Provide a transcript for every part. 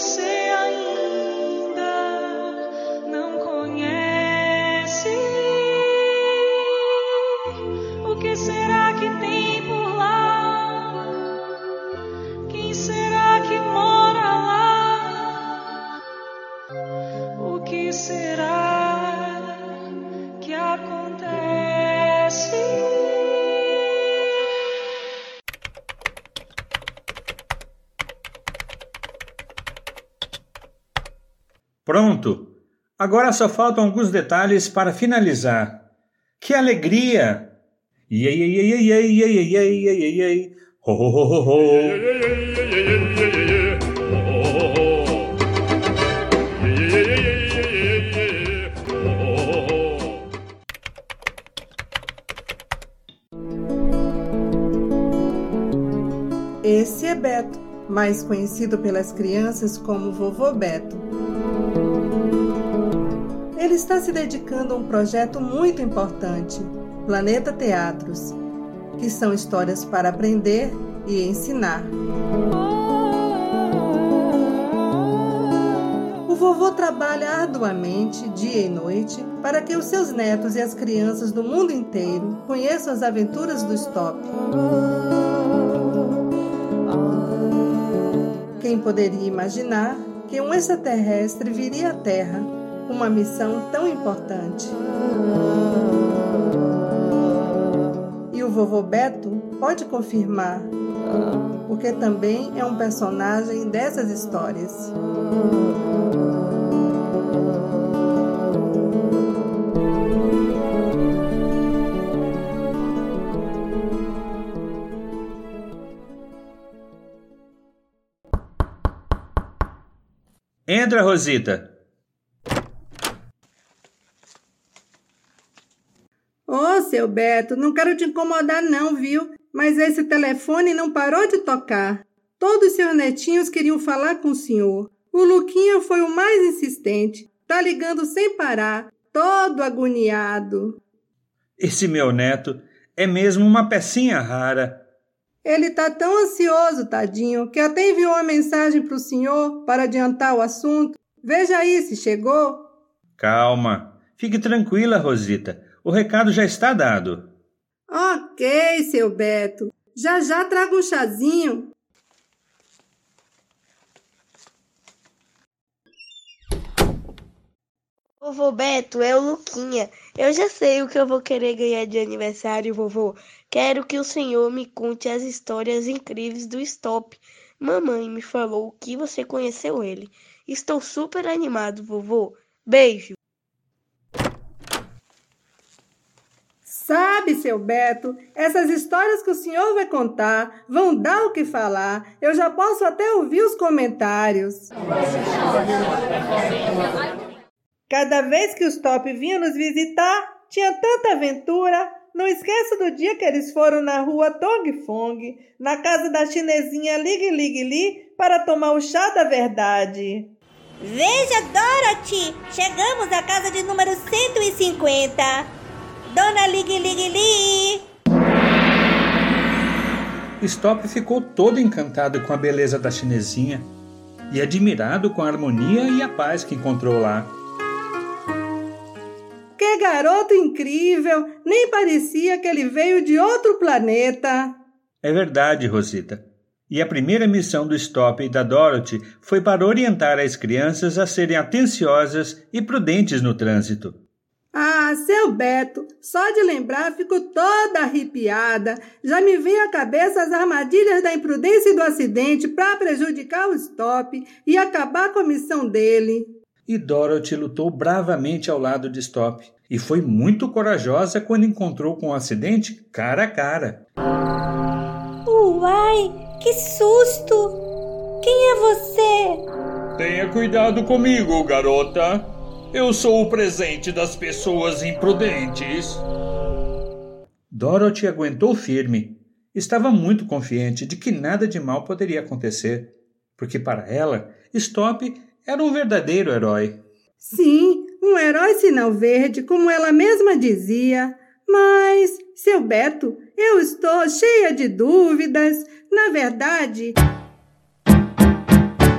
Pronto! Agora só faltam alguns detalhes para finalizar. Que alegria! Iei, iei, iei, iei, iei, iei, iei, iei. Ho, ho, ho, ho, ho. Esse é Beto, mais conhecido pelas crianças como Vovô Beto. Ele está se dedicando a um projeto muito importante, Planeta Teatros, que são histórias para aprender e ensinar. O vovô trabalha arduamente, dia e noite, para que os seus netos e as crianças do mundo inteiro conheçam as aventuras do Stop. Quem poderia imaginar que um extraterrestre viria à Terra com uma missão tão importante? E o vovô Beto pode confirmar, porque também é um personagem dessas histórias. Entra, Rosita. Ô, seu Beto, não quero te incomodar não, viu? Mas esse telefone não parou de tocar. Todos os seus netinhos queriam falar com o senhor. O Luquinha foi o mais insistente. Tá ligando sem parar, todo agoniado. Esse meu neto é mesmo uma pecinha rara. Ele tá tão ansioso, tadinho, que até enviou uma mensagem pro senhor para adiantar o assunto. Veja aí se chegou. Calma, fique tranquila, Rosita. O recado já está dado. Ok, seu Beto. Já trago um chazinho. Vovô Beto, é o Luquinha. Eu já sei o que eu vou querer ganhar de aniversário, vovô. Quero que o senhor me conte as histórias incríveis do Stop. Mamãe me falou que você conheceu ele. Estou super animado, vovô. Beijo. Sabe, seu Beto, essas histórias que o senhor vai contar vão dar o que falar. Eu já posso até ouvir os comentários. Cada vez que o Stop vinha nos visitar, tinha tanta aventura. Não esqueça do dia que eles foram na rua Tong Fong, na casa da chinesinha Lig Lig Li, para tomar o chá da verdade. Veja, Dorothy! Chegamos à casa de número 150. Dona Lig Lig Li! Stop ficou todo encantado com a beleza da chinesinha e admirado com a harmonia e a paz que encontrou lá. Que garoto incrível! Nem parecia que ele veio de outro planeta. É verdade, Rosita. E a primeira missão do Stop e da Dorothy foi para orientar as crianças a serem atenciosas e prudentes no trânsito. Ah, seu Beto, só de lembrar fico toda arrepiada. Já me veio à cabeça as armadilhas da imprudência e do acidente para prejudicar o Stop e acabar com a missão dele. E Dorothy lutou bravamente ao lado de Stop e foi muito corajosa quando encontrou com o acidente cara a cara. Uai, que susto! Quem é você? Tenha cuidado comigo, garota. Eu sou o presente das pessoas imprudentes. Dorothy aguentou firme. Estava muito confiante de que nada de mal poderia acontecer, porque para ela, Stop era um verdadeiro herói. Sim, um herói sinal verde, como ela mesma dizia. Mas, seu Beto, eu estou cheia de dúvidas. Na verdade,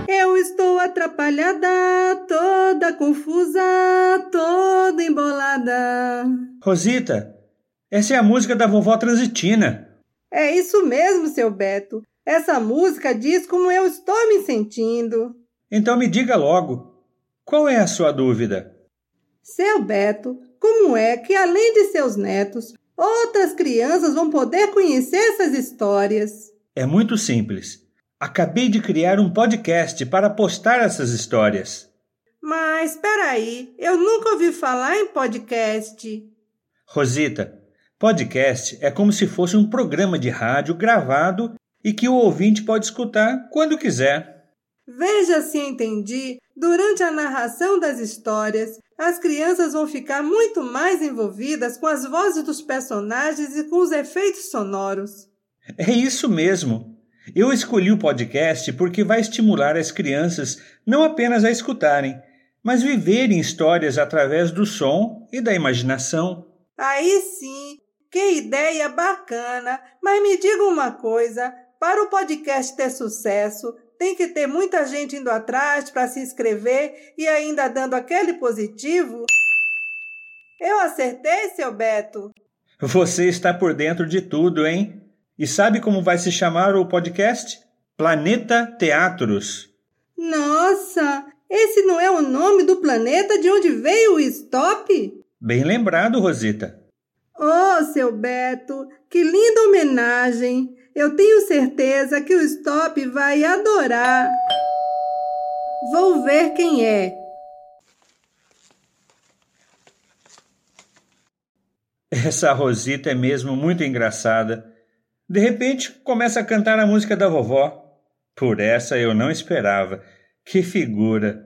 Eu estou atrapalhada, toda confusa, toda embolada. Rosita, essa é a música da vovó Transitina. É isso mesmo, seu Beto. Essa música diz como eu estou me sentindo. Então me diga logo, qual é a sua dúvida? Seu Beto, como é que, além de seus netos, outras crianças vão poder conhecer essas histórias? É muito simples. Acabei de criar um podcast para postar essas histórias. Mas, espera aí, eu nunca ouvi falar em podcast. Rosita, podcast é como se fosse um programa de rádio gravado e que o ouvinte pode escutar quando quiser. Veja se entendi. Durante a narração das histórias, as crianças vão ficar muito mais envolvidas com as vozes dos personagens e com os efeitos sonoros. É isso mesmo. Eu escolhi o podcast porque vai estimular as crianças não apenas a escutarem, mas viverem histórias através do som e da imaginação. Aí sim, que ideia bacana! Mas me diga uma coisa, para o podcast ter sucesso, tem que ter muita gente indo atrás para se inscrever e ainda dando aquele positivo? Eu acertei, seu Beto? Você está por dentro de tudo, hein? E sabe como vai se chamar o podcast? Planeta Teatros. Nossa, esse não é o nome do planeta de onde veio o Stop? Bem lembrado, Rosita. Oh, seu Beto, que linda homenagem! Eu tenho certeza que o Stop vai adorar. Vou ver quem é. Essa Rosita é mesmo muito engraçada. De repente, começa a cantar a música da vovó. Por essa eu não esperava. Que figura!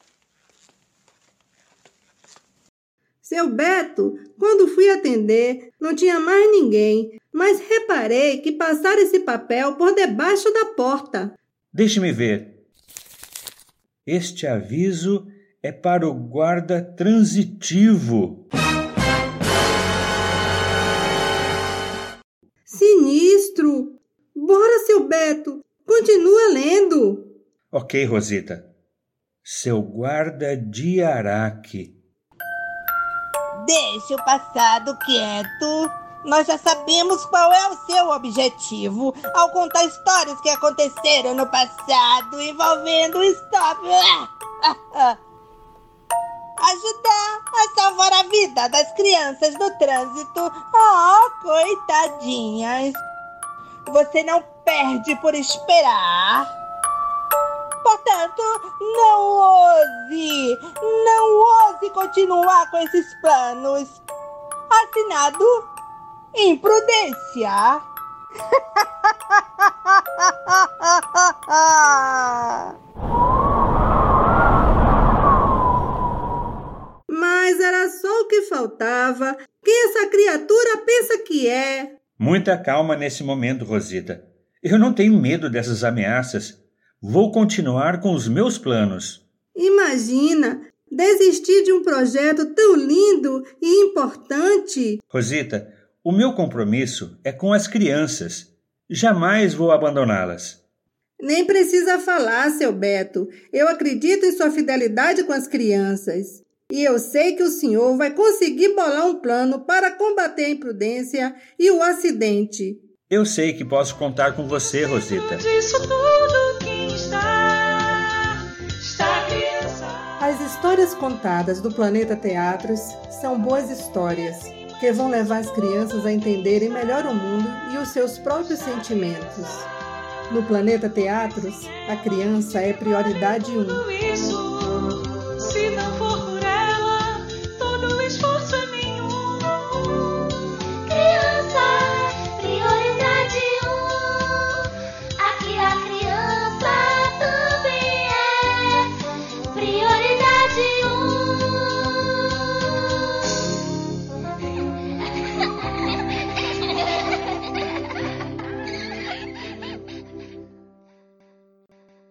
Seu Beto, quando fui atender, não tinha mais ninguém, mas reparei que passaram esse papel por debaixo da porta. Deixe-me ver. Este aviso é para o guarda transitivo. Sinistro! Bora, seu Beto, continua lendo. Ok, Rosita. Seu guarda de Araque. Deixe o passado quieto. Nós já sabemos qual é o seu objetivo ao contar histórias que aconteceram no passado envolvendo o Stop. Ajudar a salvar a vida das crianças do trânsito. Oh, coitadinhas. Você não perde por esperar. Portanto, não ouse continuar com esses planos. Assinado, Imprudência. Mas era só o que faltava. Quem essa criatura pensa que é? Muita calma nesse momento, Rosita. Eu não tenho medo dessas ameaças. Vou continuar com os meus planos. Imagina, desistir de um projeto tão lindo e importante. Rosita, o meu compromisso é com as crianças. Jamais vou abandoná-las. Nem precisa falar, seu Beto. Eu acredito em sua fidelidade com as crianças. E eu sei que o senhor vai conseguir bolar um plano para combater a imprudência e o acidente. Eu sei que posso contar com você, Rosita. As histórias contadas do Planeta Teatros são boas histórias que vão levar as crianças a entenderem melhor o mundo e os seus próprios sentimentos. No Planeta Teatros, a criança é prioridade 1.